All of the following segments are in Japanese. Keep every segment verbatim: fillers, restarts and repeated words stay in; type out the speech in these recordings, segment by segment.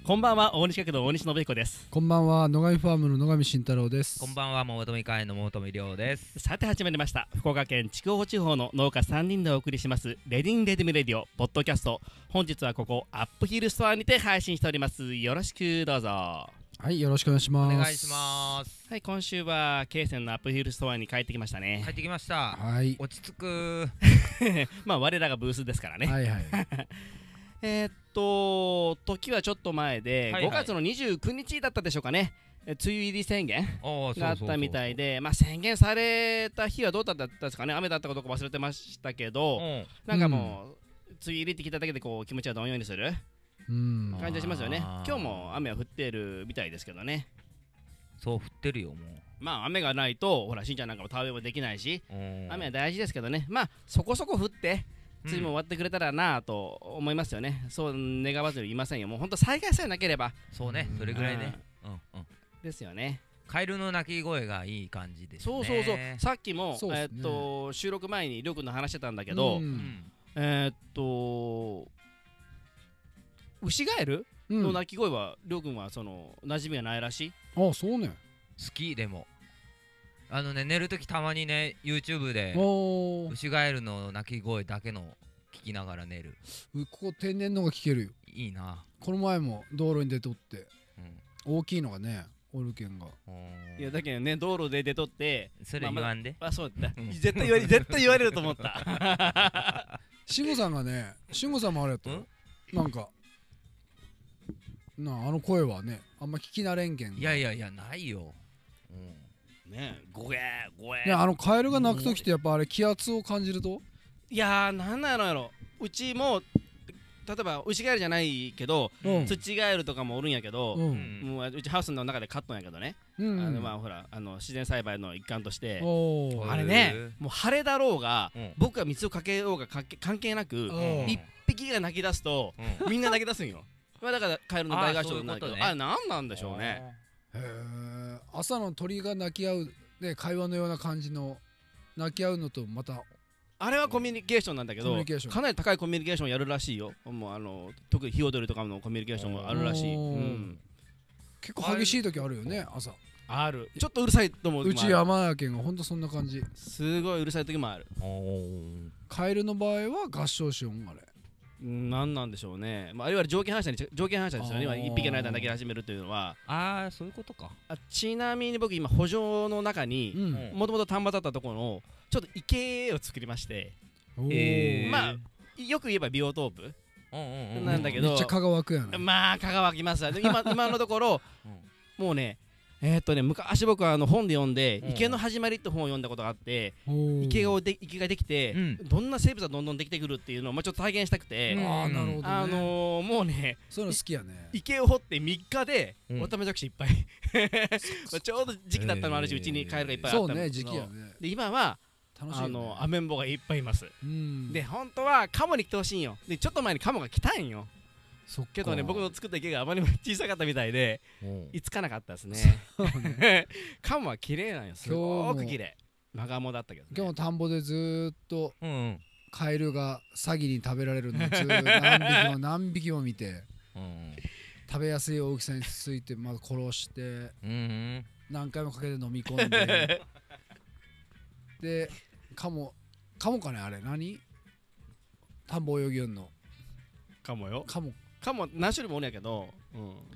こんばんは、大西学の大西信彦です。 こんばんは、野上ファームの野上慎太郎です。 こんばんは、桃富会の桃富亮です。 さて始まりました、福岡県筑豊地方の農家さんにんでお送りしますレディンレディムレディオポッドキャスト。本日はここアップヒルストアにて配信しております。よろしくどうぞ。 はい、よろしくお願いします。 お願いします。 はい、今週は京泉のアップヒルストアに帰ってきましたね。 帰ってきました。 はい、 落ち着くまあ我らがブースですからね。 はいはいえーっと時はちょっと前で、 はいはい、 ごがつのにじゅうくにちだったでしょうかね。梅雨入り宣言があったみたいで、まあ宣言された日はどうだったんですかね。雨だったかどうか忘れてましたけど、うん、なんかもう、うん、梅雨入りって聞いただけでこう気持ちがどんようにする感じがしますよね。今日も雨は降ってるみたいですけどね。 そう、降ってるよもう。 まあ雨がないとほらしんちゃんなんかも田植えもできないし、雨は大事ですけどね。まあそこそこ降って梅雨も終わってくれたらなぁと思いますよね。そう願わずに言いませんよ。もう本当災害さえなければ。 そうね、それぐらいね。うんうん。 ですよね。 カエルの鳴き声がいい感じですね。 そうそうそう。さっきも、ね、えー、っと収録前にりょうくんの話してたんだけど、うん、えー、っとウシガエルの鳴き声はりょうくんはその馴染みがないらしい。 ああ、そうね。 好きでも。あのね、寝るときたまにね YouTube でウシガエルの鳴き声だけの聞きながら寝る。 ここ天然のが聞けるよ。 いいな。 この前も道路に出とって、うん、大きいのがねおるけんが。 いやだけどね、道路で出とってそれ言わんで、 まあ、あそうだ、うん、絶対言われ絶対言われると思った慎吾さんがね、慎吾さんもあれやと、んなんかなあ、あの声はねあんま聞き慣れんけん。 いやいやいやないよ、うんね、ごえごえ。 ね、あのカエルが鳴くときってやっぱあれ気圧を感じると、 いやーなんなのやろ。うちも例えばウシガエルじゃないけど、うん、ツチガエルとかもおるんやけど、うん、もううちハウスの中で飼っとんやけどね、うん、あのまあほらあの自然栽培の一環としてあれね、もう晴れだろうが、うん、僕が水をかけようがかけ関係なく一匹が鳴き出すと、みんな鳴き出すんよ。まあだからカエルの大合唱なんだけど、あれなんなんでしょうね。 へえ、朝の鳥が鳴き合う、ね、会話のような感じの鳴き合うのとまたあれはコミュニケーションなんだけど、かなり高いコミュニケーションをやるらしいよ。もうあの特にヒヨドリとかのコミュニケーションもあるらしい、うん、 結構激しい時あるよね。朝ある。ちょっとうるさいと思う。 うち山やけんがほんとそんな感じ。 すごいうるさい時もある。 カエルの場合は合唱しよん。あれなんなんでしょうね。まあ、いわゆる条件反射に条件反射ですよね。今一匹の間だけ始めるというのは。 ああ、そういうことか。 あ、ちなみに僕今圃場の中にもともと田んぼだったところのちょっと池を作りまして、えー、まあよく言えばビオトープなんだけど、 めっちゃ蚊が湧くやん。 まあ蚊が湧きます。今今のところもうね、えーっとね昔僕はあの本で読んで「池の始まり」って本を読んだことがあって、池をで池ができて、うん、どんな生物がどんどんできてくるっていうのを、まあ、ちょっと体現したくて、 ああなるほどね、 あのー、もうねそういうの好きやね。 池を掘ってみっかでオタマジャクシいっぱい、うん、ちょうど時期だったのもあるし、うちにカエルがいっぱいあったの。 そうね、時期やね。で今は楽しい、ね、あのアメンボがいっぱいいます。うん、で本当はカモに来てほしいんよ。でちょっと前にカモが来たんよ。けどね、僕の作った池があまりにも小さかったみたいでいつかなかったですね。カモは綺麗なんよ。すごく綺麗。マガモだったけど、ね、 今日も田んぼでずーっとカエルがサギに食べられるのをずー何匹も何匹も見て、うん、食べやすい大きさについてまず殺して、うん、何回もかけて飲み込んででカモカモかね、あれ何田んぼ泳ぎよんのカモよ。 カモカモ何種類もおるんやけど、うん、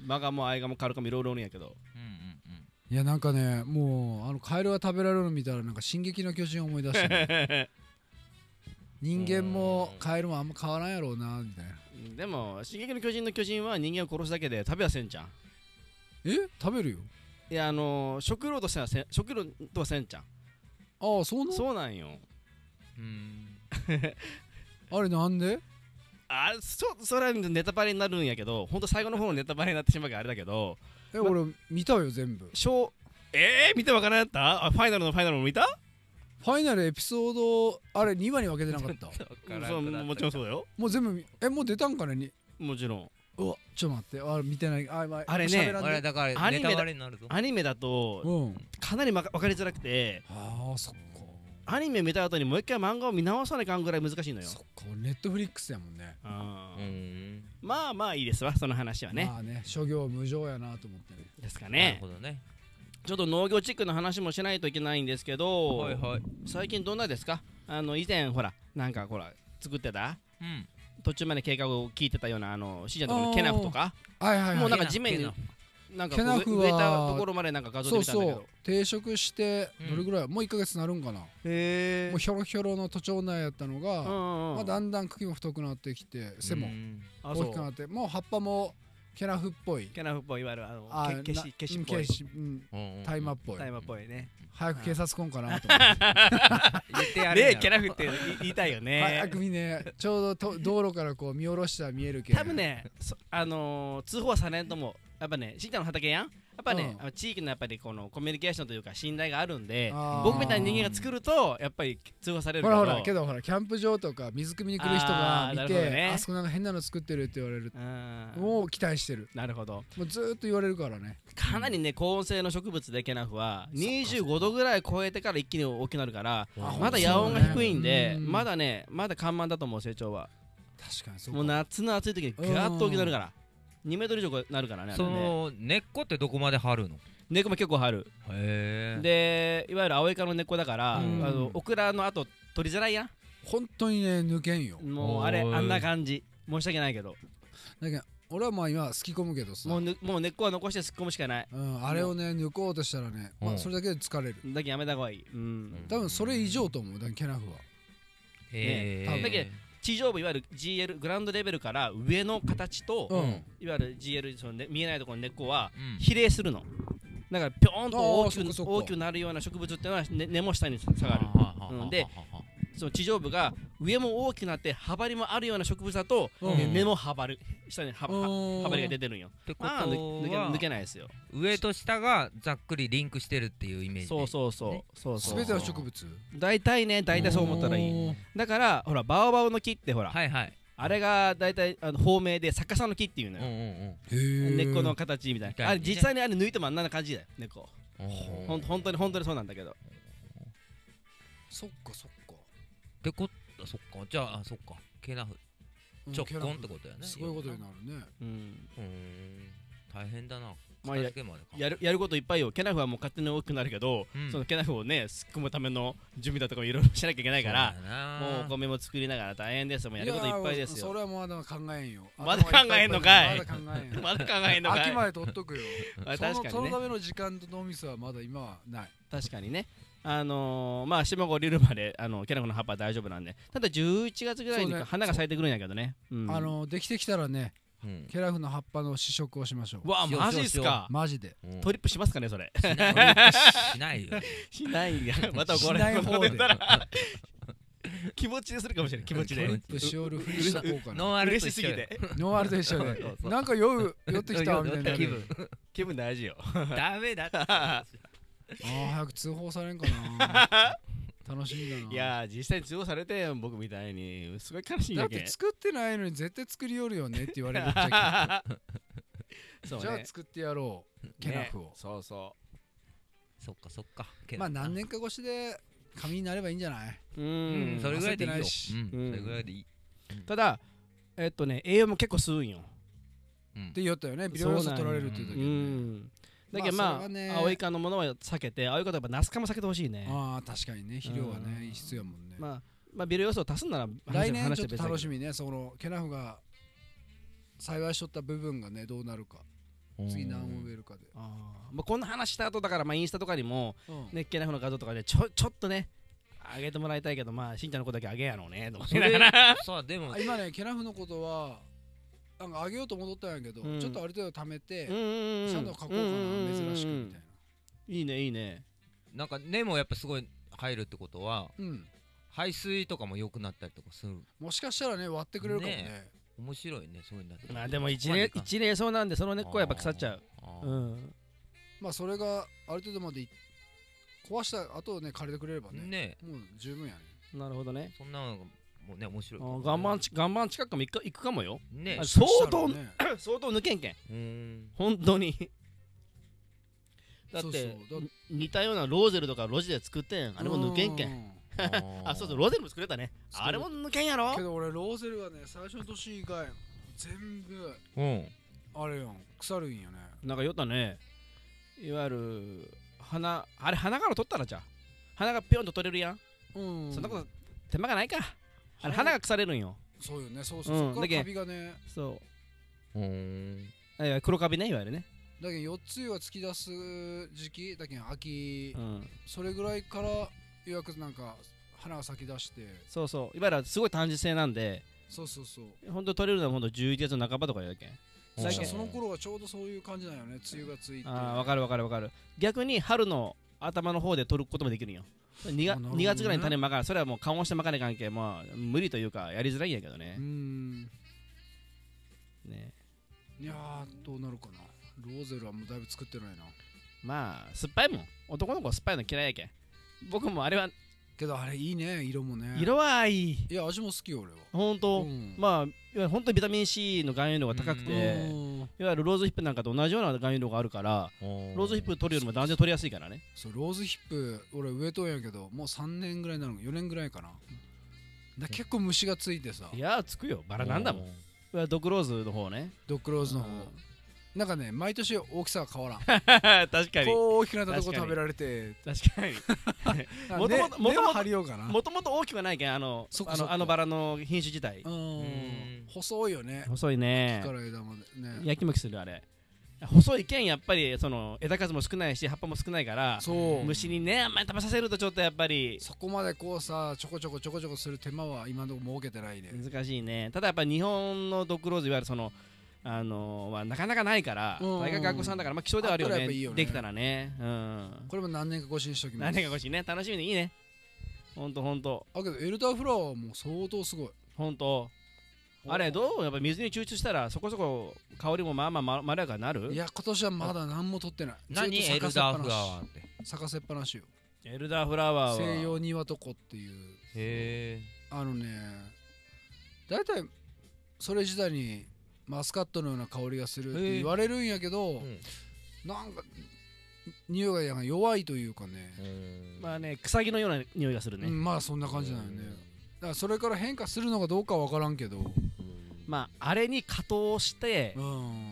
マガモアイガモカルカモいろいろおるんやけど、うんうんうん、いやなんかね、もうあのカエルが食べられるの見たらなんか進撃の巨人を思い出して、ね、人間もカエルもあんま変わらんやろうなみたいな。 でも進撃の巨人の巨人は人間を殺すだけで食べはせんじゃん。 え、食べるよ。 いや、あのー、食料としてはせん、食料とはせんじゃん。 ああ、そうなんそうなんよ。 うーんあれなんであ、そそれはネタバレになるんやけど、ほんと最後の方のネタバレになってしまうからあれだけど、 え、ま、俺見たよ全部。 しょうえー、見てわからんやった？あ、ファイナルのファイナルも見た？ ファイナルエピソードあれにわに分けてなかったそう、もちろんそうだよ。 もう全部、え、もう出たんかねに。 もちろん。 うわ、ちょっと待って、あれ見てない。あ、まあ、 あれね、 あれだからネタバレになるぞ。 アニメだと、うん、かなり、ま、分かりづらくて、 ああ、そっか。 アニメ見た後にもう一回漫画を見直さないかんぐらい難しいのよ。 そっか、ネットフリックスやもんね。 あまあまあいいですわ、その話はね。 まあね、諸行無常やなと思ってね。 ですかね。 なるほどね。 ちょっと農業チックの話もしないといけないんですけど、 はいはい、 最近どんなですか？あの以前ほらなんかほら作ってた、 うん、 途中まで計画を聞いてたようなあのしーちゃんとこのケナフとか、 はいはいはい、 もうなんか地面になんか植えたところまでなんか画像で見たんだけど、 そうそう定食してどれぐらい、うん、もういっかげつなるんかな。へえ。もうひょろひょろの都庁内やったのが、うんうん、まあ、だんだん茎も太くなってきて背も大きくなって、もう葉っぱもケナフっぽい、 ケナフっぽい、いわゆるあのあ消し消しっぽい、 大麻っぽい、 大麻っぽいね。 早く警察来んかなと思って言ってやるね、ケナフって言いたいよね。 早く見ね、ちょうど道路からこう見下ろしたら見えるけど、 多分ね、あのー、通報はされんと思う。やっぱね、しんちゃんの畑やん、やっぱね、うん、地域のやっぱりこのコミュニケーションというか信頼があるんで、僕みたいな人間が作るとやっぱり通報されるけど、 ほらほら、けどほらキャンプ場とか水汲みに来る人が見て、あ、ね、あそこなんか変なの作ってるって言われる、もう期待してる。 なるほど。 もうずーっと言われるからね。 かなりね、高温性の植物でケナフはにじゅうごどぐらい超えてから一気に大きくなるから、まだ野温が低いんで、まだね、まだ緩慢だと思う、成長は。 確かにそう。 もう夏の暑い時にガーッと大きくなるから、にメートル以上なるからね。 その根っこってどこまで張るの？ 根っこも結構張る。 へえ。 で、いわゆる青イカの根っこだから、あのオクラの後取りづらいやん。 本当にね、抜けんよ。 もうあれあんな感じ。申し訳ないけど。 だけど俺はまあ今すき込むけどさ、 もうぬもう根っこは残してすっ込むしかない。 うん、あれをね抜こうとしたらね、まあそれだけで疲れる。 だけやめた方がいい。うん。 多分それ以上と思う。だけケナフは。 へえ。多分だけ地上部、いわゆる ジーエル グラウンドレベルから上の形と、うん、いわゆる ジーエル その、ね、見えないところの根っこは比例するの。だからぴょんと大きく大きくなるような植物っていうのは、ね、根も下に下がる。うん、でその地上部が上も大きくなって羽張りもあるような植物だと、うん、根も羽張る、下に羽張りが出てるんよ。 ってことは抜け抜けないですよ。 上と下がざっくりリンクしてるっていうイメージ。 そうそうそう、そうそう。 全ての植物。 大体ね、大体そう思ったらいい。だからほらバオバオの木ってほら、はいはい、あれが大体あの方名で逆さの木っていうのよ。根っこの形みたいな。あれ実際にあれ抜いてもあんな感じだよ、根っこ。ほん本当に本当にそうなんだけど。 そっかそっか。 ってこと、そっか、じゃあ、そっか、ケナフ直根ってことやね。 すごいことになるね。 うん、大変だな。 まあ、や, や, るやることいっぱいよ。ケナフはもう勝手に大きくなるけど、うん、そのケナフをねすっ込むための準備だとかいろいろしなきゃいけないから、もうお米も作りながら大変です。もうやることいっぱいですよ。 それはまだ考えんよ。 まだ考えんのかい。 まだ考えんよ。 まだ考えんのかい。 秋まで取っとくよ。 確かにね。 そのための時間と脳みそはまだ今はない。 確かにね。あのー、まあ霜が降りるまであのケナフの葉っぱは大丈夫なんで、ただじゅういちがつぐらいに花が咲いてくるんやけどね。 うん、あのー、できてきたらね、うん、ケナフの葉っぱの試食をしましょう。 わあ、マジっすか。 マジで、 うん、トリップしますかねそれ。 しないよ。 しないや。またこれしない方で気持ちでするかもしれない。気持ちで。 トリップしおるふりしとこうかな。 ノンアル嬉しすぎて。 ノンアルと一緒で。なんか酔う酔ってきたみたいな気分。 気分大事よ。 ダメだって。 ああ、早く通報されんかな。楽しみだな。 いやー、実際に通報されて僕みたいにすごい悲しいんやけ。 だって作ってないのに絶対作りよるよねって言われるっちゃけど。じゃあ作ってやろう、ケナフを。 そうそう。 そっかそっか。 まあ何年か越しで紙になればいいんじゃない？ うん、それぐらいでいいよ。それぐらいでいい。 ただえっとね、栄養も結構吸うんよ。 って言ったよね。微量要素取られるって言ったけどね。 だけどまあ青イカのものは避けて、青イカとやっぱナス科も避けてほしいね。 ああ、確かにね、肥料はね必要やもんね。 まあまあ微量要素を足すんなら来年ちょっと楽しみね。そのケナフが栽培しとった部分がねどうなるか。次何を植えるかで。 ああ、まあこんな話した後だから、まあインスタとかにもねケナフの画像とかでちょちょっとねあげてもらいたいけど、まあしんちゃんのことだけあげやろうねと思ってながら。 そうでも今ねケナフのことはなんかあげようと思ったんやけど、ちょっとある程度貯めてちゃんと書こうかな、珍しくみたいな。 いいねいいね。 なんか根もやっぱすごい入るってことは、排水とかも良くなったりとかする。 もしかしたらね割ってくれるかもね。 面白いね、そういうの。 まあでも一例一例そうなんで、その根っこはやっぱ腐っちゃう。 まあそれがある程度まで壊した後ね枯れてくれればね、もう十分やね。 なるほどね。 そんなのもうね面白い。 岩盤岩盤近くも行くかもよ。 ね、 相当相当抜けんけん。本当に。だって似たようなローゼルとか路地で作ってん、あれも抜けんけん。 あ、そうそう、ローゼルも作れたね。あれも抜けんやろ。 けど俺ローゼルはね、最初の年以外全部あれやん、腐るんよね。 なんか言ったね、いわゆる花、あれ花から取ったらじゃあ花がピョンと取れるやん。うん、そんなこと手間がないか。あれ花が腐れるんよ。 そうよね、そうそう、そっからカビがね。 そう、うん、黒カビね、いわゆるね。 だけどよっつは突き出す時期だけど秋、うん、それぐらいからようやくなんか花が咲き出して、 そうそう、いわゆるすごい短時性なんで、 そうそうそう、 ほんと取れるのはほんとじゅういちがつの半ばとかやけん。 その頃はちょうどそういう感じなんよね、梅雨がついて。 ああ、わかるわかるわかる。逆に春の頭の方で取ることもできるんよ。 2, が、ね、にがつぐらいに種まかる。それはもう緩和してまかない関係、まあ無理というかやりづらいんやけどね。うーんね。 いやー、どうなるかな。ローゼルはもうだいぶ作ってないな。 まあ酸っぱいもん。男の子は酸っぱいの嫌いやけん。僕もあれはけど、あれいいね、色もね。 色はいい。 いや、味も好きよ俺は。 ほんと、うん、まあいわゆる本当にビタミン C の含有量が高くて、いわゆるローズヒップなんかと同じような含有量があるから、ローズヒップ取るよりも断然取りやすいからね。 そう、ローズヒップ俺植えとんやけど、もうさんねんぐらいなのかよねんぐらいかな。だ結構虫がついてさ。 いやー、つくよ、バラなんだもん。ドッグローズの方ね。 ドッグローズの方、なんかね、毎年大きさが変わらん。 確かにこう大きくなったとこ食べられて、 確かにもともともとも張りようかな。 もともと大きくはないけん、あのあのあのバラの品種自体。うん、 細いよね。 細いね。 木から枝までね。 やきもきするあれ。細いけんやっぱりその枝数も少ないし葉っぱも少ないから、虫にねあんまり食べさせるとちょっとやっぱりそこまでこうさちょこちょこちょこちょこする手間は今のところ設けてないね。 難しいね。ただやっぱり日本のドッグローズいわゆるそのあのーまあ、なかなかないから、大学学校さんだから、まあ、希少ではあるよね、いいよねできたらね、うん、 これも何年か越しにしときます。 何年か越しにね、楽しみでいいね。ほんとほんと。 あ、けどエルダーフラワーも相当すごい。 ほんと。あれどうやっぱ水に抽出したらそこそこ香りもまあまあまろやかになる。 いや、今年はまだ何も取ってない。 何エルダーフラワーって咲かせっぱなしよ。 エルダーフラワーは西洋庭とこっていう。へえ。あのね、だいたいそれ自体にマスカットのような香りがするって言われるんやけど、うん、なんか匂いが弱いというかね、 まあね、草木のような匂いがするね、 うん、まあそんな感じなのね。だからそれから変化するのかどうかは分からんけど、 まああれに加糖して、うん、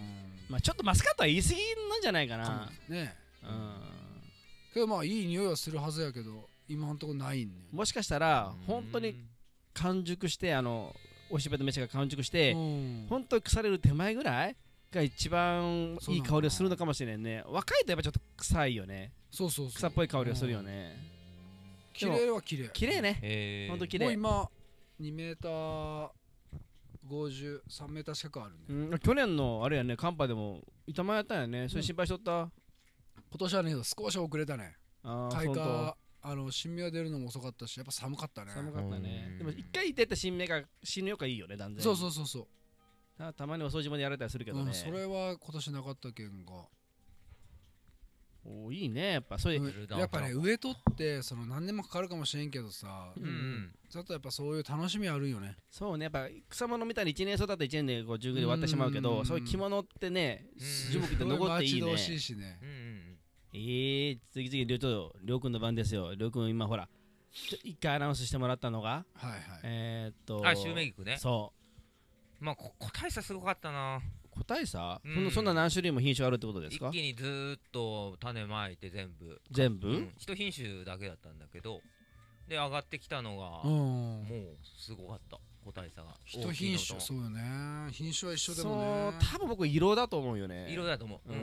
まあちょっとマスカットは言い過ぎなんじゃないかなね。 うん、けどまあいい匂いはするはずやけど今のところないんね。 もしかしたら本当に完熟してあのおしべと飯が完熟して、本当に腐れる手前ぐらいが一番いい香りをするのかもしれんね。若いとやっぱちょっと臭いよね。 そうそうそう。 草っぽい香りをするよね。 綺麗は綺麗。 綺麗ね。本当綺麗。 もう今にメーターごじゅう、さんメーター近くあるね。 うん、去年のあれやね、寒波でも板前やったんやね。それ心配しとった。 今年はね、少し遅れたね。開花。あの新芽が出るのも遅かったし、やっぱ寒かったね。 寒かったね。でも一回出た新芽が死ぬよかいいよね、断然。 そうそうそうそう。 た, たまにお掃除もやられたりするけどね、うん、 それは今年なかったけんが。 おいいね、やっぱそういう、 うん、やっぱね、植えとってその何年もかかるかもしれんけどさ、うん、うん、ちょっとやっぱそういう楽しみあるよね。 そうね、やっぱ草物みたいにいちねん育っていちねんでこうじゅうぐで終わってしまうけど、うん、そういう着物ってね、樹木って残っていいね。 待ち遠しいしね。うんうん、 えー、次々りょうちょりょうくんの番ですよ。りょうくん今ほら一回アナウンスしてもらったのが、 はいはい、 えー、っとあ、シュウメギクね。 そうまあ個体差すごかったな。 個体差、うん、そんなそんな何種類も品種あるってことですか。 一気にずーっと種まいて全部全部、うん、 一品種だけだったんだけど、で上がってきたのがもうすごかった。個体差が一品種。そうよね、品種は一緒でもね。 そう多分僕色だと思うよね。 色だと思う、うん、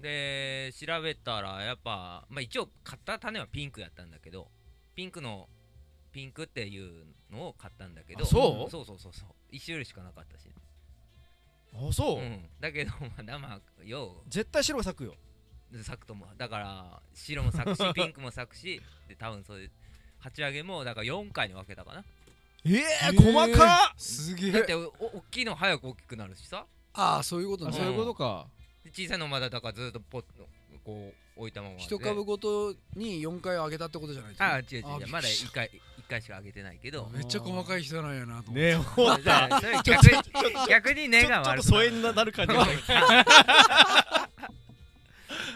で調べたらやっぱ、まあ、一応買った種はピンクやったんだけど、ピンクのピンクっていうのを買ったんだけど、 そうそうそうそうそう一種類しかなかったし、 あそう、 うん、だけどまだまあよう絶対白が咲くよ。 咲くと思う。だから白も咲くしピンクも咲くしで多分そういう鉢上げもだからよんかいに分けたかな。 えー、えー、細かっ。 すげえ。 だってお大きいの早く大きくなるしさ。 ああそういうことね。 そういうことか。 小さいのまだだからずっとポッこう置いたままで一株ごとによんかい上げたってことじゃないですか。 ああ違う違う違う、まだいっかいいっかいしか上げてないけど。 めっちゃ細かい人なんやなと思って。 ねえほんと逆に逆に根が悪くなる。 ちょっと疎遠になる感じ。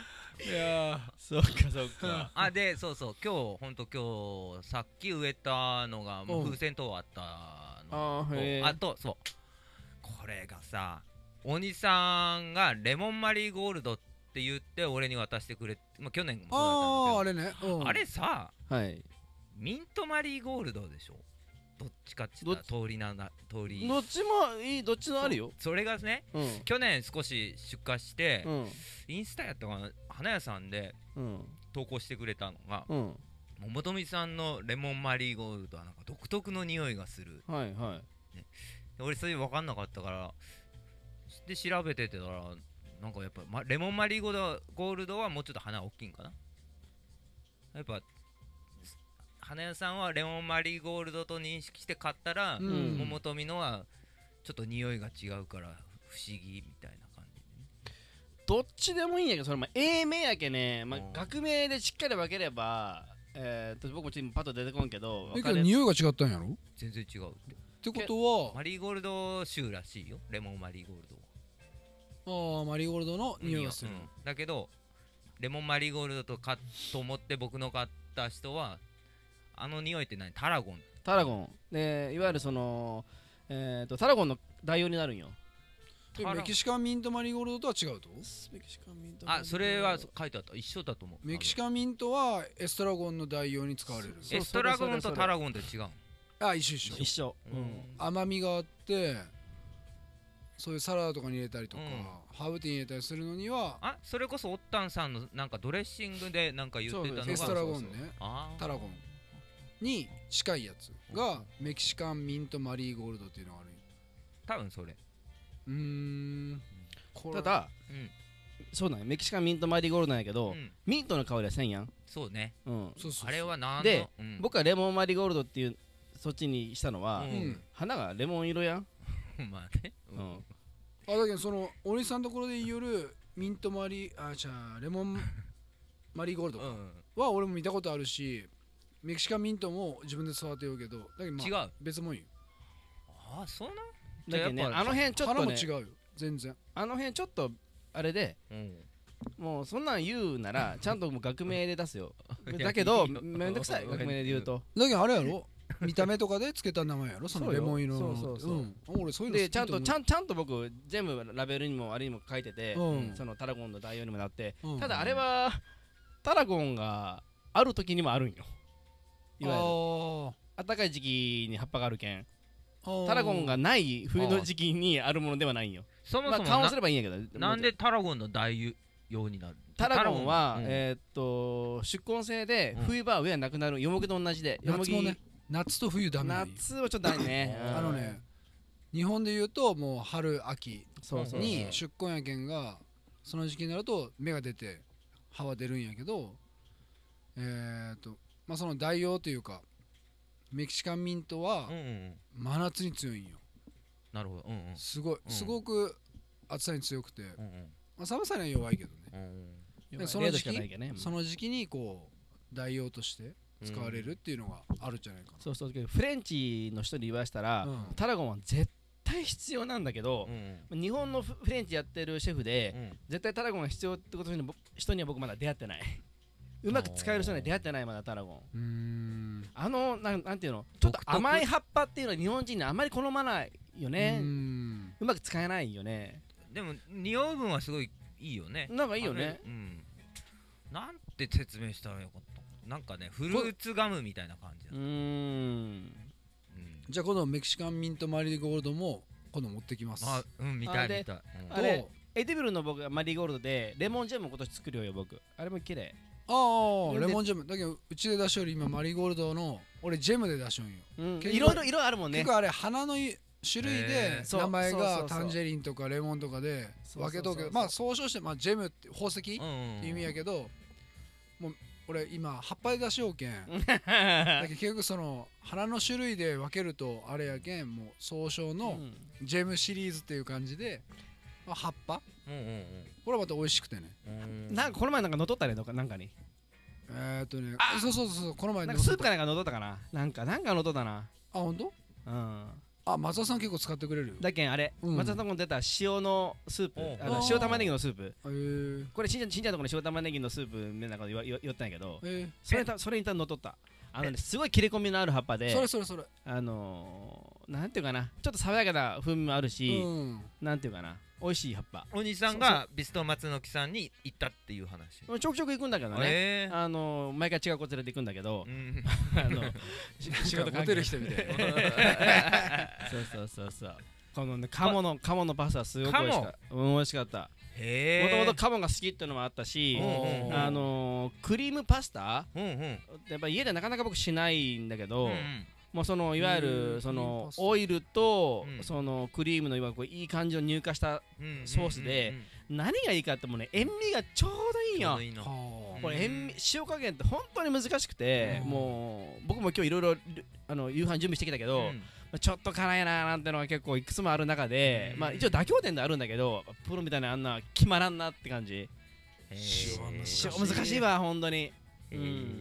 いやそっかそっかあでそうそう今日ほんと今日さっき植えたのがもう風船塔あったのと、 ああとそうこれがさ鬼さんがレモンマリーゴールドって言って俺に渡してくれ、まあ、去年もそうだったんだけどあ, あれね、うん、 あれさはいミントマリーゴールドでしょどっちかっつったら通りなんだ通りどっちもいいどっちのあるよそ, それがね、うん、去年少し出荷して、うん、インスタやったかな花屋さんで投稿してくれたのが、うん、桃富さんのレモンマリーゴールドはなんか独特の匂いがする、 はいはいね、俺それ分かんなかったからで調べててたらなんかやっぱ、ま、レモンマリーゴールド、ゴールドはもうちょっと花大きいんかなやっぱ花屋さんはレモンマリーゴールドと認識して買ったら、うん、桃富のはちょっと匂いが違うから不思議みたいな感じ、ね、 どっちでもいいんやけどそれまあ英名やけね、まあ、学名でしっかり分ければ、えー、僕もちょっとパッと出てこんけどだけど匂いが違ったんやろ全然違うってってことはマリーゴールド臭らしいよレモンマリーゴールドはああマリーゴールドの匂いがする、うん、 だけどレモンマリーゴールドとかと思って僕の買った人はあの匂いって何タラゴンタラゴンでいわゆるその、えー、とタラゴンの代用になるんよメキシカンミントマリーゴールドとは違うとメキシカンミントあそれは書いてあった一緒だと思うメキシカンミントはエストラゴンの代用に使われるエストラゴンとタラゴンって違うあ一緒一緒一緒、 うん、甘みがあってそういうサラダとかに入れたりとか、うん、ハーブティーに入れたりするのにはあそれこそオッタンさんのなんかドレッシングでなんか言ってたのがエストラゴンねタラゴンに近いやつがメキシカンミントマリーゴールドっていうのがある多分それうーんただ、うん、そうなんやメキシカンミントマリーゴールドなんやけど、うん、ミントの香りはせんやんそうね、 うん、 そうそうそうあれはなんで、うん、僕はレモンマリーゴールドっていうそっちにしたのは、うん、花がレモン色やんまあね、 うん、あだけどそのお兄さんのところで言うよるミントマリーあじゃあレモンマリーゴールドは俺も見たことあるしメキシカンミントも自分で育てようけどだけど、まあ、 違う別もんよああそうなんだけどねあの辺ちょっとね花も違うよ全然あの辺ちょっとあれで、うん、もうそんなん言うならちゃんともう学名で出すよだけどめんどくさい学名で言うとだけどあれやろ見た目とかでつけた名前やろそのレモン色のそうそうそう、うん、 俺そういうのでちゃんとちゃんちゃんと僕全部ラベルにもあれにも書いてて、うん、そのタラゴンの代用にもなって、うん、ただあれはタラゴンがある時にもあるんよいわゆる暖かい時期に葉っぱがあるけんタラゴンがない冬の時期にあるものではないんよそもそも、まあ、 顔すればいいんやけどなんでタラゴンの代用になるタラゴンは、うん、えー、っと出根性で冬場は上はなくなるよもぎと同じでよもぎ、 ね、夏と冬ダメ夏はちょっとダメねあのね日本で言うともう春秋に出根やけんがその時期になると芽が出て葉は出るんやけどえー、っとまあその代用というかメキシカンミントは真夏に強いんよなるほど、うんうん、 すごい、うん、すごく暑さに強くて、うんうんまあ、寒さには弱いけどね、うん、その時期、ね、その時期にこう代用として使われるっていうのがあるんじゃないかな、 うん、そうそうフレンチの人に言わしたら、うん、タラゴンは絶対必要なんだけど、うん、日本のフレンチやってるシェフで、うん、絶対タラゴンが必要ってことに人には僕まだ出会ってないうまく使える人には出会ってないまだタラゴンうーんあのな ん, なんていうのちょっと甘い葉っぱっていうのは日本人にあまり好まないよね う, んうまく使えないよねでも匂い分はすごいいいよねなんかいいよね、 うん、なんて説明したらよかったなんかねフルーツガムみたいな感じだうーん、 うん、じゃあこのメキシカンミントマリーゴールドも今度持ってきますあうん見たい見たい、うん、 あれエディブルの僕マリーゴールドでレモンジャムを今年作るよよ僕あれも綺麗ああレモンジャムだけどうちで出しより今マリーゴールドの俺ジェムで出しよんよ、 うん、いろいろ色あるもんね結構あれ花の種類で名前がタンジェリンとかレモンとかで分けとくけどまあ総称してまあジェムって宝石って意味やけどもう俺今葉っぱで出しようけんだけど結局その花の種類で分けるとあれやけんもう総称のジェムシリーズっていう感じで、まあ、葉っぱうんうんうん、これはまた美味しくてねなんかこの前なんかのとったねとかなんかにえーっとねそうそうそうこの前なんかスープかなんかのとったかななんかなんかのとったなあほんとうんあ、松田さん結構使ってくれる。 だけんあれ、 うん、 松田さんも出た塩のスープ、あの塩玉ねぎのスープ、 えー、 これしんちゃんしんちゃんのところに塩玉ねぎのスープみたいなこと言わ言ったんやけど、 えー、 それそれに乗っとった。あのね、すごい切れ込みのある葉っぱで、 それそれそれ、 あのー、なんていうかな、ちょっと爽やかな風味もあるし、うん、なんていうかな、美味しい葉っぱ。 お兄さんがビスト松の木さんに行ったっていう話。 ちょくちょく行くんだけどね、えー、あのー、毎回違う子連れて行くんだけど、うん、あの仕事モテる人みたいなそうそうそうそう、このね、鴨の鴨のパスタすごく美味しかった。うん、美味しかった。もともと鴨が好きっていうのもあったし、あのー、クリームパスタ、うんうん、やっぱ家でなかなか僕しないんだけど、うんうん、もうそのいわゆるそのオイルとそのクリームのいわゆるいい感じの乳化したソースで、何がいいかってもうね、塩味がちょうどいいよ。いいのこれ塩味塩加減って本当に難しくて、もう僕も今日いろいろあの夕飯準備してきたけど、うん、ちょっと辛いなーなんてのが結構いくつもある中で、まあ一応妥協点であるんだけど、プロみたいなあんな決まらんなって感じ。塩難しいわ本当に、うん、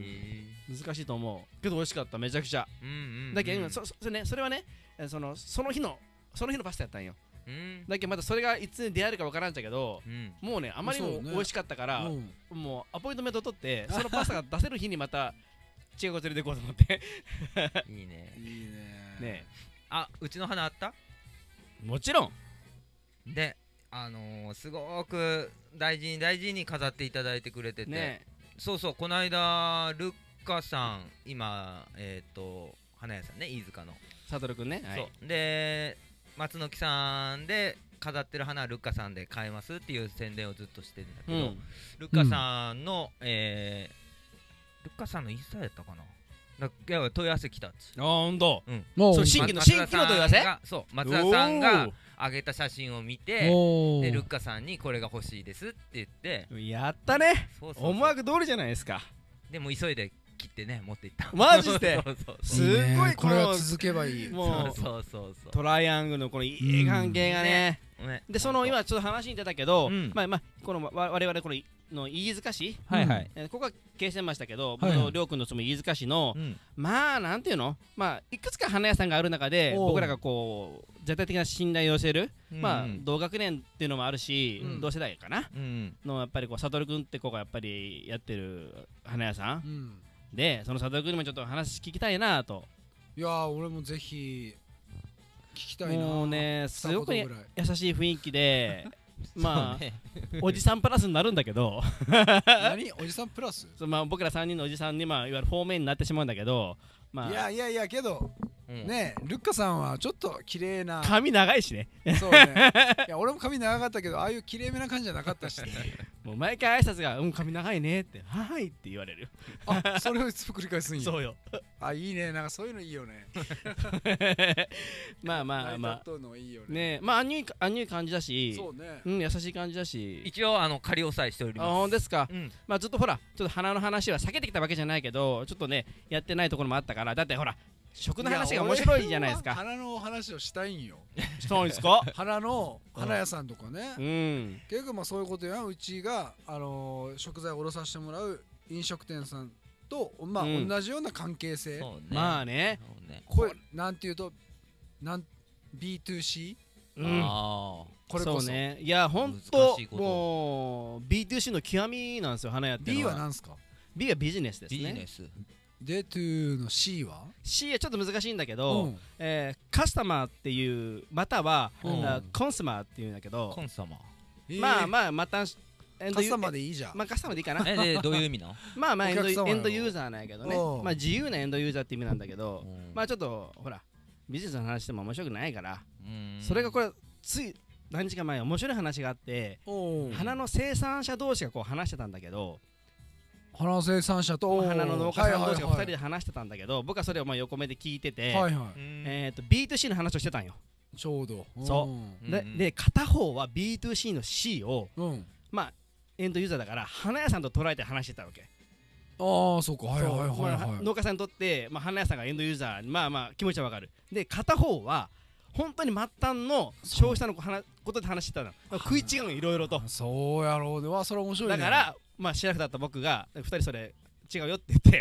難しいと思うけど美味しかった、めちゃくちゃ。だけどそそね、それはね、そのその日のその日のパスタやったんよ。うん、だけどまたそれがいつに出会えるかわからんじゃけど、うん、もうねあまりにも美味しかったから、ね、うん、もうアポイントメント取ってそのパスタが出せる日にまた違う子連れて行こうと思っていいねいいねね。あ、うちの花あった？ もちろんで、あのー、すごく大事に大事に飾っていただいてくれてて、ね、そうそう、この間ルッカさん、今えっ、ー、と花屋さんね、飯塚のサトルくんね、はい、 そうで松の木さんで飾ってる花はルッカさんで買えますっていう宣伝をずっとしてるんだけど、うん、ルッカさんの、うん、えー、ルッカさんのインスタやったかな、だ問い合わせ来たっち。 あー、ほんと、 うん、 そう、新規の新規の問い合わせ、 そう松田さんが上げた写真を見て、でルッカさんにこれが欲しいですって言って、 やったね、そうそうそう、思惑通りじゃないですか。 でも急いで切ってね持っていった。 マジでそうそうそう、すごいこれは続けばいい。 もうそうそうそうそう、トライアングルのこのいい関係がね、うんね、でその今ちょっと話に出たけど、うん、まあまあこの我々このの飯塚市、はいはい、えー、ここは経営してましたけど、はいはい、りょうくんのその飯塚市の、うん、まあなんていうの、まあいくつか花屋さんがある中で僕らがこう絶対的な信頼を寄せる、うん、まあ同学年っていうのもあるし、うん、同世代かな、うん、のやっぱりこう悟くんって子がやっぱりやってる花屋さん、うん、でその悟くんにもちょっと話聞きたいなと。 いやー、俺もぜひ聞きたいな。 もうね、すごく優しい雰囲気でまあ、ね、おじさんプラスになるんだけど何おじさんプラスそう、まあ、僕らさんにんのおじさんに、まあ、いわゆる方面になってしまうんだけど、まあ、 いやいやいやけど、うん、ねえルッカさんはちょっと綺麗な髪長いしね。 そうね、いや俺も髪長かったけどああいう綺麗めな感じじゃなかったし、ね、 もう毎回挨拶が「うん髪長いね」って「はい」って言われる。 あ、それをいつも繰り返すんや。 そうよ。 あ、いいね、なんかそういうのいいよね。 まあまあまあいいよね、ね、まあ安入安入感じだし、 そうね、 うん、優しい感じだし、 一応あの仮押さえしております。 あ、ほんですか、うん、まあずっとほらちょっと花の話は避けてきたわけじゃないけど、ちょっとねやってないところもあったから、だってほら食の話が面白いじゃないですか。 花の話をしたいんよ。 したいんですか？ 花の花屋さんとかね、 うん、 結構まあそういうことや、うちが、あのー、食材を卸させてもらう飲食店さんと、まあ、うん、同じような関係性、 ね、まあね、 これなんていうとなん ビーツーシー、うん、 あこれこそそうね、いやほんともう ビーツーシー の極みなんですよ、花屋ってのは。 B は何すか？ B はビジネスですね。 ビジネスで トゥ の C は C はちょっと難しいんだけど、うん、えー、カスタマーっていうまたは、うん、コンスマーっていうんだけど、 コンサマー、 えー、まあまあまたカスタマーでいいじゃん。 まあカスタマーでいいかな。 えでどういう意味なの？ まあまあエンド、エンドユーザーなんやけどね、まあ自由なエンドユーザーって意味なんだけど、まあちょっとほらビジネスの話しても面白くないから、それがこれつい何日か前面白い話があって、花の生産者同士がこう話してたんだけど、 花の生産者と花の農家さん同士がふたりで話してたんだけど、僕はそれをまあ横目で聞いてて、はいはい、えーと ビーツーシー の話をしてたんよ。 ちょうどそうで、で片方は ビーツーシー の C を、うん、まあエンドユーザーだから花屋さんと捉えて話してたわけ。 ああ、そうか、はいはいはいはい。 農家さんにとって、まあ、花屋さんがエンドユーザー、まあまあ気持ちはわかる。で片方は本当に末端の消費者のことで話してたの。食い違うのいろいろと。 そうやろうでは、それ面白いね。 だからまあシラフだった僕がふたりそれ違うよって言って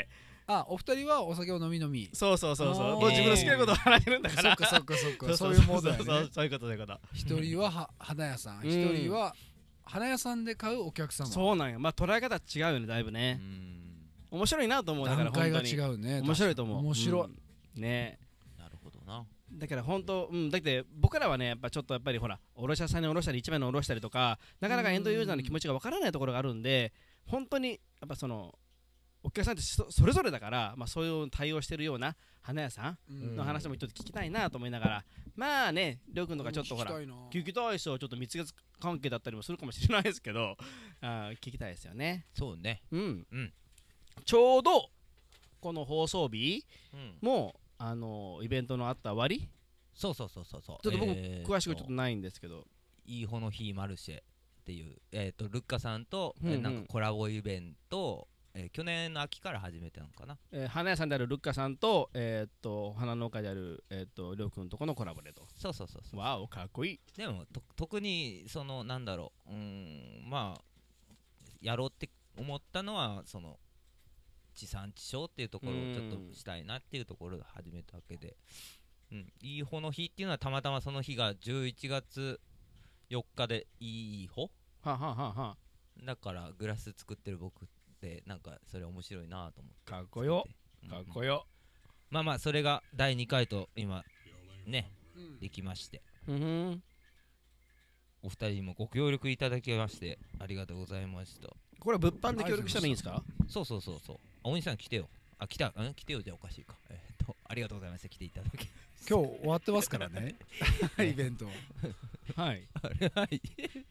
あ、お二人はお酒を飲み飲み。 そうそうそうそう、 あーもう自分の好きなことを話せるんだからそっかそっかそっか、 そそういうモードだよねそうそう。そういうことそういうこと一人はは花屋さん、 うん一人は花屋さんで買うお客様。 そうなんや。まあ捉え方違うよね、だいぶね。面白いなと思う。だから段階が本当に違うね。 面白いと思う。 面白い。 うんね。 なるほどな。 だから本当、うん、だって僕らはね、やっぱちょっとやっぱりほら、卸屋さんに卸したり、一番の卸したりとか、なかなかエンドユーザーの気持ちがわからないところがあるんで、本当にやっぱその、お客さんってそそれぞれだから、まあ、そういう対応してるような花屋さんの話もちょっと聞きたいなと思いながら、まあね、りょうくんとかちょっとほら、聞きたい人はちょっと蜜月関係だったりもするかもしれないですけど、あ聞きたいですよね。 そうね。 うん。 うん、 ちょうど、この放送日うん、 も、あのイベントのあった終わり、 そうそうそうそうそう。 ちょっと僕、 えー、 詳しくちょっとないんですけど、 いいほの日マルシェっていう、えー、とルッカさんと、 うんうんえーなんかコラボイベント、えー去年の秋から始めたのかな。 えー花屋さんであるルッカさんと、えーっと花農家である、えーっとりょうくんとこのコラボでと。 そうそうそうそう。 わお、かっこいい。 でもと特にそのなんだろう、うーん、まあやろうって思ったのはその地産地消っていうところをちょっとしたいなっていうところで始めたわけで、うん、いいほの日っていうのはたまたまその日がじゅういちがつよっかでいいほはあはあはあはあ。 だからグラス作ってる僕ってなんかそれ面白いなと思ってかっこようんかっこよ。 まあまあそれがだいにかいと今ねできまして、 うんふん。 お二人にもご協力いただきましてありがとうございました。 これは物販で協力したらいいんですか？ そうそうそうそう。あお兄さん来てよ。あ来たん来てよじゃおかしいか。えーっとありがとうございました来ていただき。 今日終わってますからね。イベント。 はいあれはい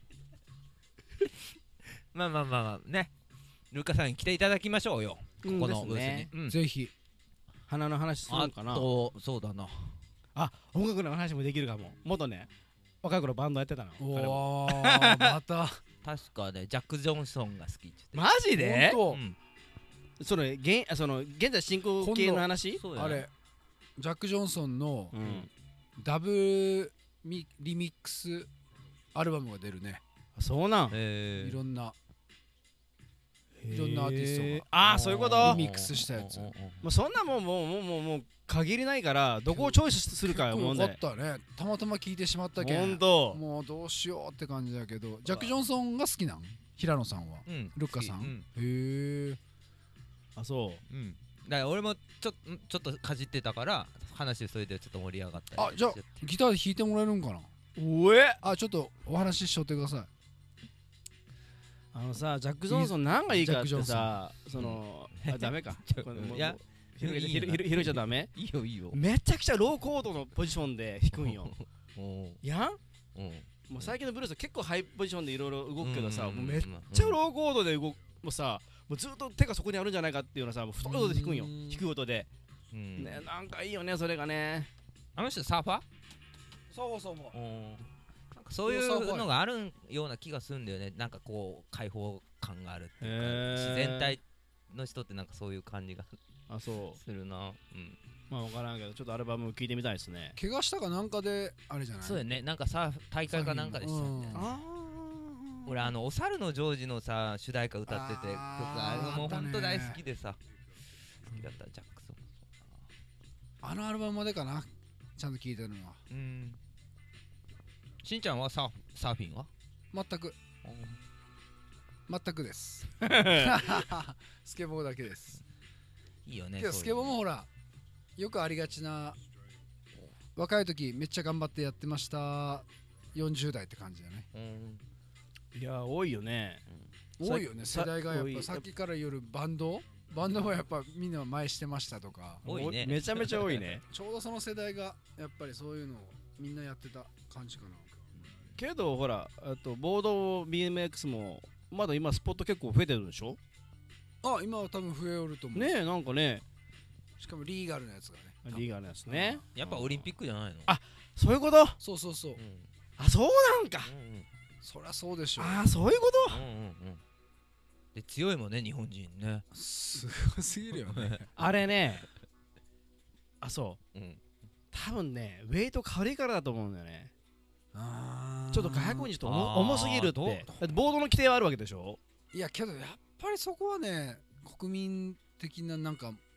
まあまあまあまあね、ルカさんに来ていただきましょうよ。ここのブースに、 ねうん、 ぜひ。 花の話するのかな。 あとそうだな。 あ、音楽の話もできるかも。元ね、若い頃バンドやってたの。 おー、また。 確かねジャック・ジョンソンが好きって言ってマジで？ 本うんそれ現その現在進行形の話？ そうやね当あれ、ジャック・ジョンソンのうん。 ダブミリミックスアルバムが出るね。 そうなん。 えーいろんな。いろんなアーティストがへーああ、そういうこと。 リミックスしたやつうんうんうんうんもうそんなもんもうもうもうもう限りないからどこをチョイスするかよ問よかっ題。 たね。たまたま聞いてしまったけん。 ほんと。 もうどうしようって感じだけど、ジャック・ジョンソンが好きなん？平野さんは。 うんルッカさん好きうんへえ。 あ、そう。 うんだから俺もちょちょっとかじってたから話それでちょっと盛り上がったりあ、じゃあしちてギターで弾いてもらえるんかな？ おえ。 あ、ちょっとお話ししとってください。 あのさ、ジャック・ジョンソンなんがいいかってさ、 ジその、あ、ダメか。 ジャックこれもういやもう広げていいよ広げ広げちゃダメ？ いいよいいよめちゃくちゃローコードのポジションで弾くんよ。 おーやん？ おーもう最近のブルース結構ハイポジションでいろいろ動くけどさ、 うんもうめっちゃローコードで動く、もうさ、もうずっと手がそこにあるんじゃないかっていうのさ、もう太い音で弾くんよ。 うん弾く音で。 うんね、なんかいいよね、それがね。 あの人サーファーそうそう。 なんかそういうのがあるような気がするんだよね。なんかこう開放感があるっていうか、 へー自然体の人ってなんかそういう感じがあ、そう。 するな。うん。 まあ分からんけど、ちょっとアルバム聞いてみたいですね。 怪我したかなんかであれじゃない？ そうやね。なんかさ大会かなんかでしたよね。 うんあ俺あのお猿のジョージのさ主題歌歌ってて、僕あーあれもうあったね本当大好きでさ、好きだったジャックソン。 あのアルバムまでかな、ちゃんと聞いてるのは。 うん。しんちゃんはサーフサーフィンは？ 全く全くですスケボーだけです。 いいよね。 けどスケボーもほらよくありがちな、若い時めっちゃ頑張ってやってましたよんじゅう代って感じだね。 うん。 いや、多いよね。 多いよね、 さ世代がやっ多いぱさっきから夜バンドバンドもやっぱみんな前してましたとか、 多いねめちゃめちゃ多いね。 ちょうどその世代がやっぱりそういうのをみんなやってた感じかな。 けど、ほら、あとボード ビーエムエックス もまだ今スポット結構増えてるでしょ？ あ、今は多分増えおると思う。 ねえ、なんかね、 しかもリーガルなやつがね。 リーガーのやつね。 やっぱオリンピックじゃないの？ あそういうこと？ そうそうそう。 うん。 あ、そうなんか。 うんうんそりゃそうでしょう。 あ、そういうこと？ うんうんうん。で強いもんね日本人ね。 すごすぎるよね。 あれね、あ、そう。 うん。 多分ね、ウェイト軽いからだと思うんだよね。 あーちょっと外国人とあー重重すぎるって。 どうだってボードの規定はあるわけでしょ？ いやけどやっぱりそこはね、国民的ななんか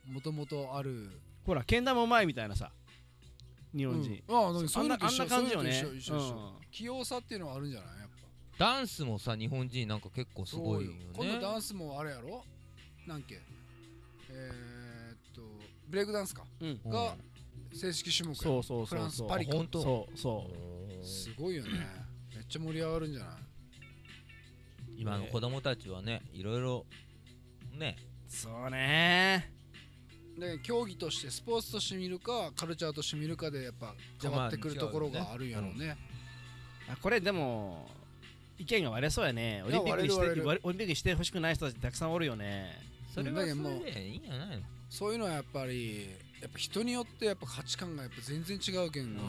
もともとあるほらけん玉うまいみたいなさ日本人、 うん、ああそういうのとあんな感じよね。 一緒一緒一緒、うん、器用さっていうのはあるんじゃないやっぱダンスもさ日本人なんか結構すごいよね。 今度ダンスもあれやろなんけえー、っとブレイクダンスか、うん、が正式種目やそうそうそうそうフランスパリか本当そうそうすごいよねめっちゃ盛り上がるんじゃない今の子供たちはねいろいろねそうねで競技としてスポーツとして見るかカルチャーとして見るかでやっぱ変わってくるところがあるんやろうね。 あこれでも意見が割れそうやね。オリンピックにしてオリンピックにしてほしくない人たちたくさんおるよね。 それはそれでいいんじゃないの。 そういうのはやっぱりやっぱ人によってやっぱ価値観がやっぱ全然違うけんが、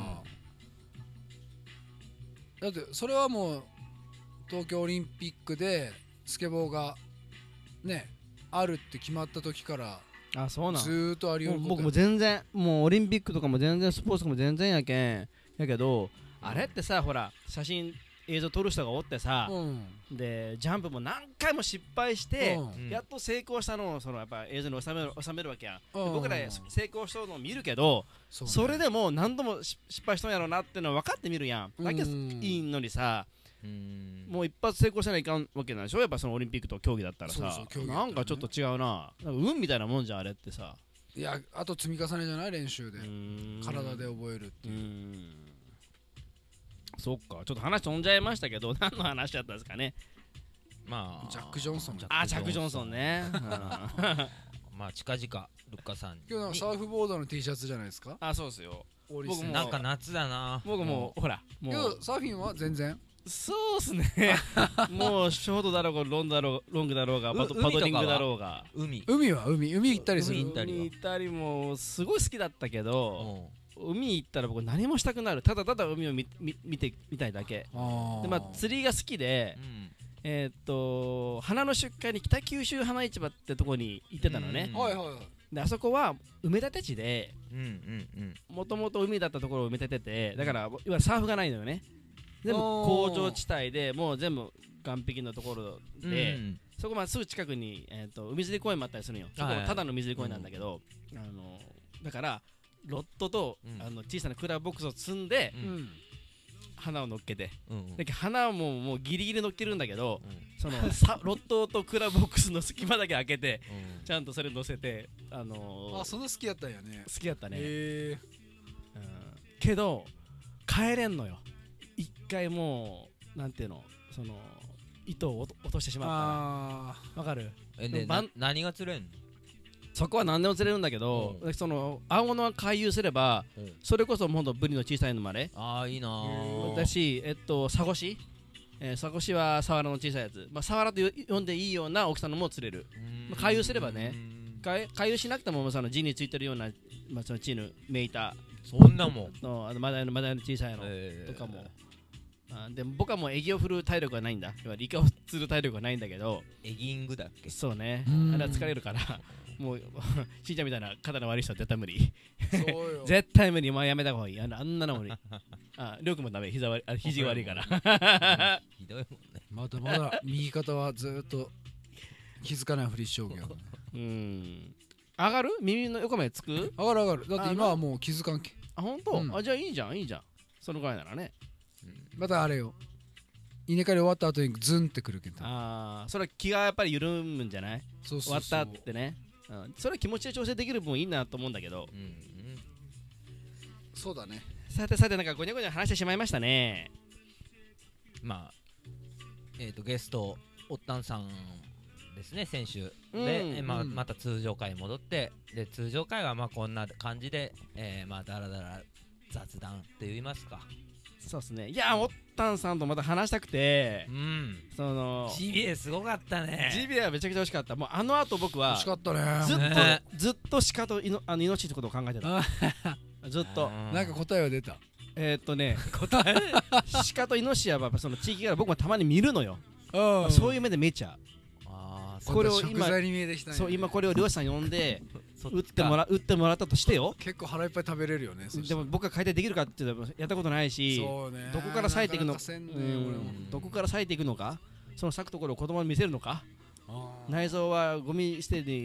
うん、だってそれはもう東京オリンピックでスケボーがねあるって決まった時からあそうなんずーっとありよること僕も全然もうオリンピックとかも全然スポーツとかも全然やけんやけど、うん、あれってさほら写真映像撮る人がおってさ、うん、でジャンプも何回も失敗して、うん、やっと成功したのをそのやっぱ映像に収める、収めるわけやん、うん、僕ら成功したのを見るけど そ,、ね、それでも何度も失敗したんやろうなっていうのは分かってみるやんだけどいいのにさうんもう一発成功しないかんわけなんでしょやっぱそのオリンピックと競技だったらさそうそう、ね、なんかちょっと違うななんか運みたいなもんじゃんあれってさいやあと積み重ねじゃない練習で体で覚えるっていううんそっかちょっと話飛んじゃいましたけど何の話だったんですかねまあジャック・ジョンソンあジャック・ジョンソンねまあ近々ルッカさん今日なんかサーフボードの T シャツじゃないですかあそうですよ僕もなんか夏だな僕もほらもう今日サーフィンは全然そうっすねもうショートだろうがロンだろうロングだろうがパドリングだろうが海海は海海行ったりする海行ったりもすごい好きだったけど海行ったら僕何もしたくなるただただ海を見見てみたいだけでまあ釣りが好きで、うん、えー、っと花の出荷に北九州花市場ってとこに行ってたのね、 はいはいはいであそこは埋め立て地でもともと海だったところを埋め立ててだからいわゆるサーフがないのよね全部工場地帯でもう全部岸壁のところで、うん、そこまですぐ近くに、えー、と海釣り公園もあったりするんよそこはただの海釣り公園なんだけど、うん、あのだからロッドと、うん、あの小さなクーラーボックスを積んで、うん、花を乗っけて、うん、だけど花ももうギリギリ乗っけるんだけど、うん、そのさロッドとクーラーボックスの隙間だけ開けて、うん、ちゃんとそれ乗せてあのー、あそんな好きやったんやね好きやったねへー、うん、けど帰れんのよ一回もうなんていうのその糸を落としてしまったらわかるえで何が釣れんのそこは何でも釣れるんだけど、うん、その青物は回遊すれば、うん、それこそもうブリの小さいのまでああいいなだしえっとサゴシえー、サゴシはサワラの小さいやつまあサワラと呼んでいいような大きさのも釣れる、まあ、回遊すればね回遊しなくてもその地についてるような、まあ、そのチヌメイタそんなもんのあのマダイのマダイの小さいのとかも、えー、あでも僕はもうエギを振る体力はないんだイカを釣る体力はないんだけどエギングだっけそうねあれは疲れるからもうしんちゃんみたいな肩の悪い人は絶対無理そうよ絶対無理もうやめた方がいいあのあんなの無理ありょうくんもダメ膝悪いあ肘悪いからひどいもんねまだまだ右肩はずっと気づかないふりしようけどうん上がる耳の横までつく上がる上がるだって今はもう気づかんけあ本当、うん、あじゃあいいじゃんいいじゃんそのぐらいならね、 うん、またあれよ稲刈り終わった後にズンってくるけどああそれは気がやっぱり緩むんじゃないそうそうそう終わったってねうん、それは気持ちで調整できる分いいなと思うんだけど、うんうん、 そうだねさてさてなんかごにゃごにゃ話してしまいましたねまあえっ、ー、とゲストおったんさんですね先週で、うんまあうん、また通常回戻ってで通常回はまあこんな感じで、えー、まあだらだら雑談って言いますかそうですねいやおったんさんとまた話したくてうんそのジビエすごかったねジビエはめちゃくちゃ美味しかったもうあの後僕は美味しかったねずっと、 ね、 ずっと鹿とイノあのイノシシのことを考えてたずっとなんか答えは出たえー、っとね答え鹿とイノシシはやっぱその地域から僕もたまに見るのよまあ、そういう目で見ちゃうあこれを今そう今これを漁師さん呼んで売ってもら売ってもらったとしてよ結構腹いっぱい食べれるよねでも僕が解体できるかって言ったらやったことないしそうねどこから咲いていくのかどこから咲いていくのかその咲くところを子供に見せるのか内臓はゴミ捨てに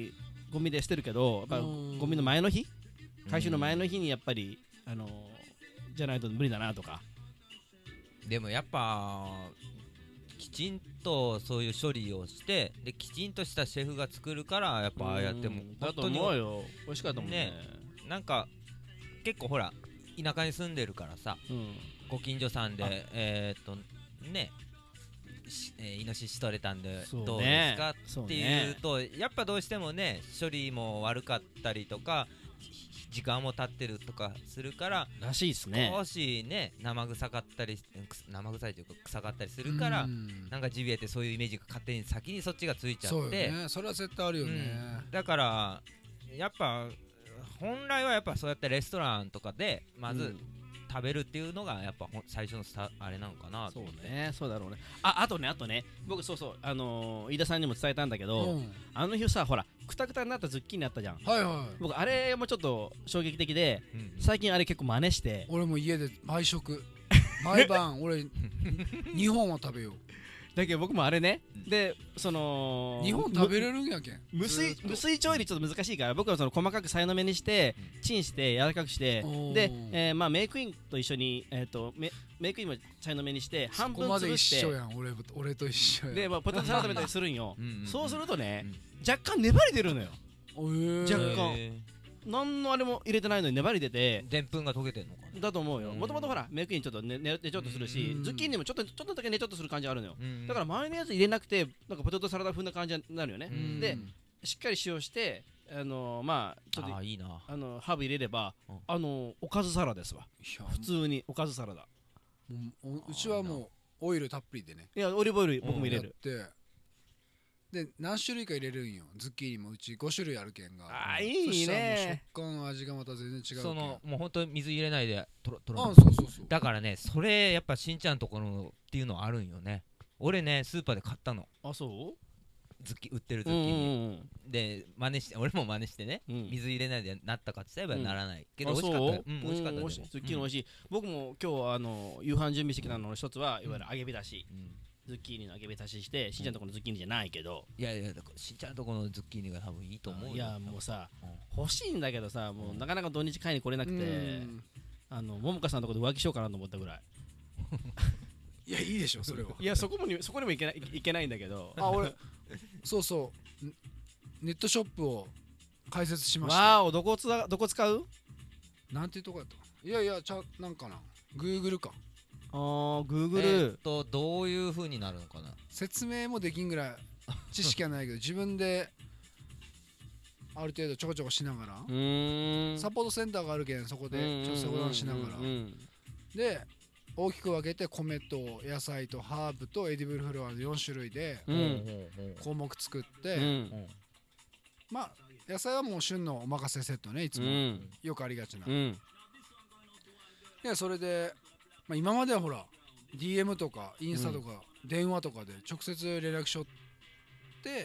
ゴミで捨てるけどやっぱゴミの前の日回収の前の日にやっぱりあのじゃないと無理だなとか。 でもやっぱきちんとそういう処理をしてできちんとしたシェフが作るからやっぱああやってもだと思うよ。美味しかったもんね。 なんか結構ほら田舎に住んでるからさ、うん、ご近所さんでえー、っとねえー、イノシシ取れたんでどうですか、ね、っていうと、ね、やっぱどうしてもね処理も悪かったりとか時間も経ってるとかするかららしいですね。 少しね生臭かったり生臭いというか臭かったりするからなんかジビエってそういうイメージが勝手に先にそっちがついちゃってそうよね。それは絶対あるよね、 うん、だからやっぱ本来はやっぱそうやってレストランとかでまず、うん食べるっていうのがやっぱ最初のスタあれなのかなと思って。 そうね、そうだろうね。あ、あとね、あとね、僕そうそう、あのー、飯田さんにも伝えたんだけど、うん、あの日さ、ほら、くたくたになったズッキーニあったじゃん。 はいはい。 僕あれもちょっと衝撃的で、うん、最近あれ結構真似して。 俺も家で毎食、毎晩俺にほんは食べよう。 だけど僕もあれね、でそのにほん食べれるんやけん。 無水無水調理ちょっと難しいから僕はその細かくさいの目にしてチンして柔らかくしてで、えー、まあメイクインと一緒にえっ、ー、とメメイクインもさいの目にして半分潰してそこまで一緒やん。俺俺と一緒やん。 でまあポテトサラダみたいにするんよ。そうするとね、うん、若干粘り出るのよ。若干。何のあれも入れてないのに粘り出てでんぷんが溶けてんのかなだと思うよ。もともとほらメイクインちょっとねねちょっとするしズッキーニもちょっとちょっとだけねちょっとする感じあるのよ。だからマヨネーズ入れなくてなんかポテトサラダ風な感じになるよね。でしっかり使用してあのー、まあちょっとあいいなあのハーブ入れれば、うん、あのー、おかずサラダですわ。普通におかずサラダ。 うちはもうオイルたっぷりでね。 いやオリーブオイル僕も入れる。 で何種類か入れるんよ。ズッキーニもうちご種類あるけんが。 あーいいね。 食感味がまた全然違う。 そのもう本当に水入れないでとろとろ。 あそうそうそう。 だからねそれやっぱしんちゃんところっていうのはあるんよね。俺ねスーパーで買ったの。 あそうズッキ売ってるズッキーニで真似して俺も真似してね、うん、水入れないでなったかって言えばならない、うん、けど美味しかったよ。うん美味しかったでもズッキーニ美味しい。僕も今日あの夕飯準備してきたのの一つはいわゆる揚げ浸し。うんズッキーニの揚げ浸ししてしんちゃんとこのズッキーニじゃないけどいやいやだからしんちゃんとこのズッキーニが多分いいと思うよ。 いやもうさ、うん、欲しいんだけどさもうなかなか土日買いに来れなくてあの桃香さんのとこで浮気しようかなと思ったぐらいいやいいでしょそれは。 いやそこもにそこにも行けないいけないんだけどあ俺そうそうネットショップを開設しました。 わーおどこつどこ使うなんていうとこやったいやいやちゃなんかなグーグルかあー、グーグル。 えー、とどういう風になるのかな。 説明もできんぐらい知識はないけど自分である程度ちょこちょこしながらサポートセンターがあるけんそこでちょっと相談しながらで大きく分けて米と野菜とハーブとエディブルフロアのよん種類で項目作ってまあ野菜はもう旬のお任せセットねいつもよくありがちなでそれでまあ、今まではほら ディーエム とかインスタとか電話とかで直接連絡しょって、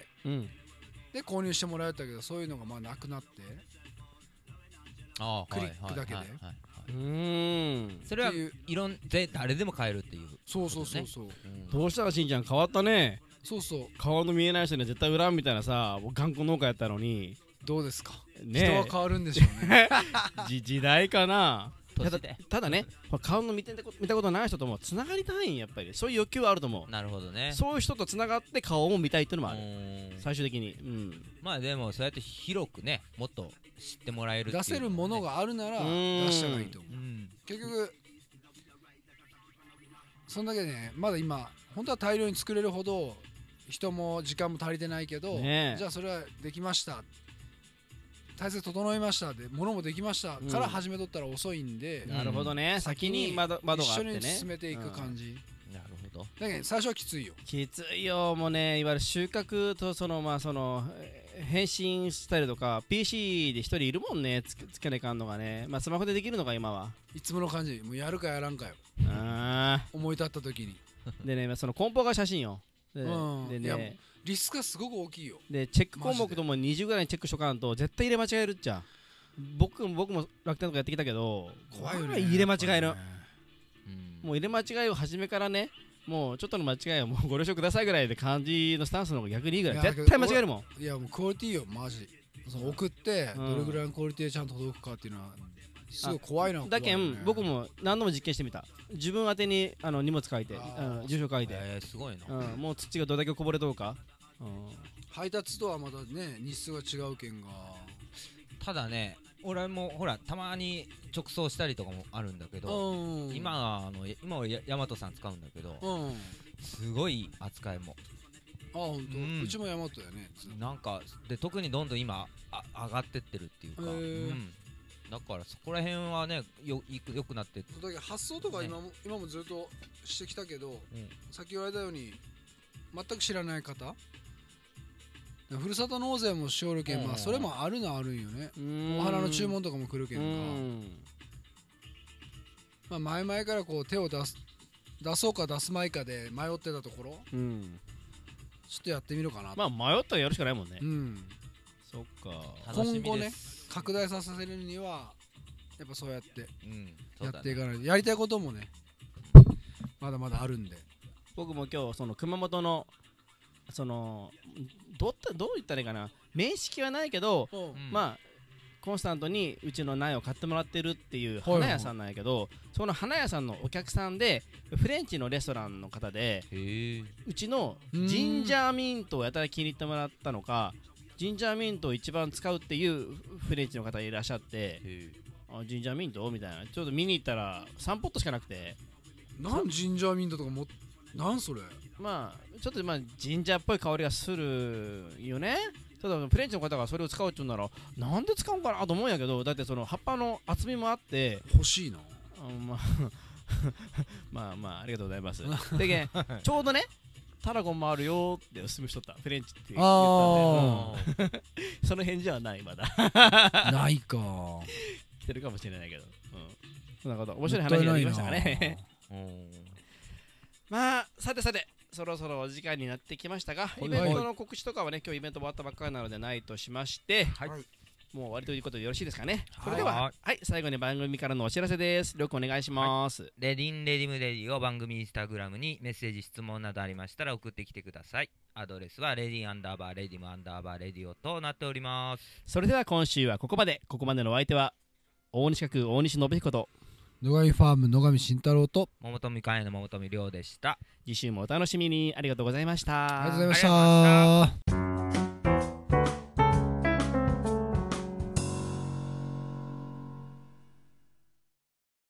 うん、で購入してもらえたけどそういうのがまあなくなってあクリックだけでうんそれはいろんで誰でも買えるっていう、ね、 そうそうそうそう、 うん、どうしたらしんちゃん変わったね。 そうそう顔の見えない人には絶対売らんみたいなさ頑固農家やったのにどうですか、ね、人は変わるんでしょうね時代かな。ただ, ただね顔の見て見たことない人ともつながりたいんやっぱりそういう欲求はあると思う。 なるほどね。 そういう人とつながって顔を見たいっていうのもある最終的に、うん、 まあでもそうやって広くねもっと知ってもらえるっていう、ね、 出せるものがあるなら出したらいいと思う。うん結局そんだけねまだ今本当は大量に作れるほど人も時間も足りてないけど、ね、じゃあそれはできました体制整いましたで物もできましたから始めとったら遅いんで、 うん、なるほどね先に窓があってね一緒に進めていく感じ、 うん、なるほど。 だけど最初はきついよきついよもうねいわゆる収穫とそのまあその返信スタイルとか ピーシー で一人いるもんねつ, つけないかんのがねまあスマホでできるのか今はいつもの感じもうやるかやらんかよあ思い立った時にでねその梱包が写真よで、うん、でねリスクがすごく大きいよでチェック項目ともにじゅうぐらいにチェックしとかんと絶対入れ間違えるっちゃ僕も僕も楽天とかやってきたけど怖いよね入れ間違える、ねうん、もう入れ間違いを初めからねもうちょっとの間違いはもうご了承くださいぐらいで感じのスタンスの方が逆にいいぐらい絶対間違えるもん。いやもうクオリティよマジその送ってどれぐらいのクオリティでちゃんと届くかっていうのはすごい怖いな。 だけん僕も何度も実験してみた。自分宛てにあの荷物書いて、住所書いて、 えー、すごいな、 うん、もう土がどれだけこぼれとうか、うん、 配達とはまたね日数が違うけんが。 ただね俺もほらたまに直送したりとかもあるんだけど、うん、今あの今俺ヤマトさん使うんだけど、うん、すごい扱いも。 あほんと、うん、うちもヤマトやね。 なんかで特にどんどん今あ上がってってるっていうか、うん、だからそこら辺はねよよくなってってだけど発送とか今も、ね、今もずっとしてきたけど、うん、さっき言われたように全く知らない方ふるさと納税もしおるけん、まあそれもあるのあるんよね。お花の注文とかも来るけんが、まあ前々からこう手を出す出そうか出すまいかで迷ってたところ、うん、ちょっとやってみるかな。 まあ迷ったらやるしかないもんね。 うん、 そっか。 今後ね拡大させるにはやっぱそうやってやっていかないと、やりたいこともねまだまだあるんで。 僕も今日その熊本のそのどうどう言ったらいいかな、面識はないけど、うん、まあコンスタントにうちの苗を買ってもらってるっていう花屋さんなんやけど、はいはい、その花屋さんのお客さんでフレンチのレストランの方で、うちのジンジャーミントをやたら気に入ってもらったのか、ジンジャーミントを一番使うっていうフレンチの方いらっしゃって、あジンジャーミントみたいな、ちょっと見に行ったらさんポットしかなくて、 なんジンジャーミントとかもなんそれ、 まあちょっとまあジンジャーっぽい香りがするよね。ただフレンチの方がそれを使うって言うならなんで使うんかなと思うんやけど、だってその葉っぱの厚みもあって欲しいな。 あまあまあまあありがとうございます。でけんちょうどねタラゴンもあるよっておすすめしとった、フレンチって言ったんで、うん、その返事はないまだないか来てるかもしれないけど、うん、そんなこと面白い話ができましたかねまあさてさてそろそろお時間になってきましたが、イベントの告知とかはね今日イベント終わったばっかりなのでないとしまして、はい、もう終わりということでよろしいですかね。それでは、はい、最後に番組からのお知らせです。りょうくんお願いします、はい、 レディンレディムレディを番組インスタグラムにメッセージ質問などありましたら送ってきてください。アドレスはレディンアンダーバーレディムアンダーバーレディオとなっております。 それでは今週はここまで。ここまでのお相手は大西区大西信彦と野上ファーム野上慎太郎と桃富会の桃富亮でした。 次週もお楽しみに。ありがとうございました。 ありがとうございました。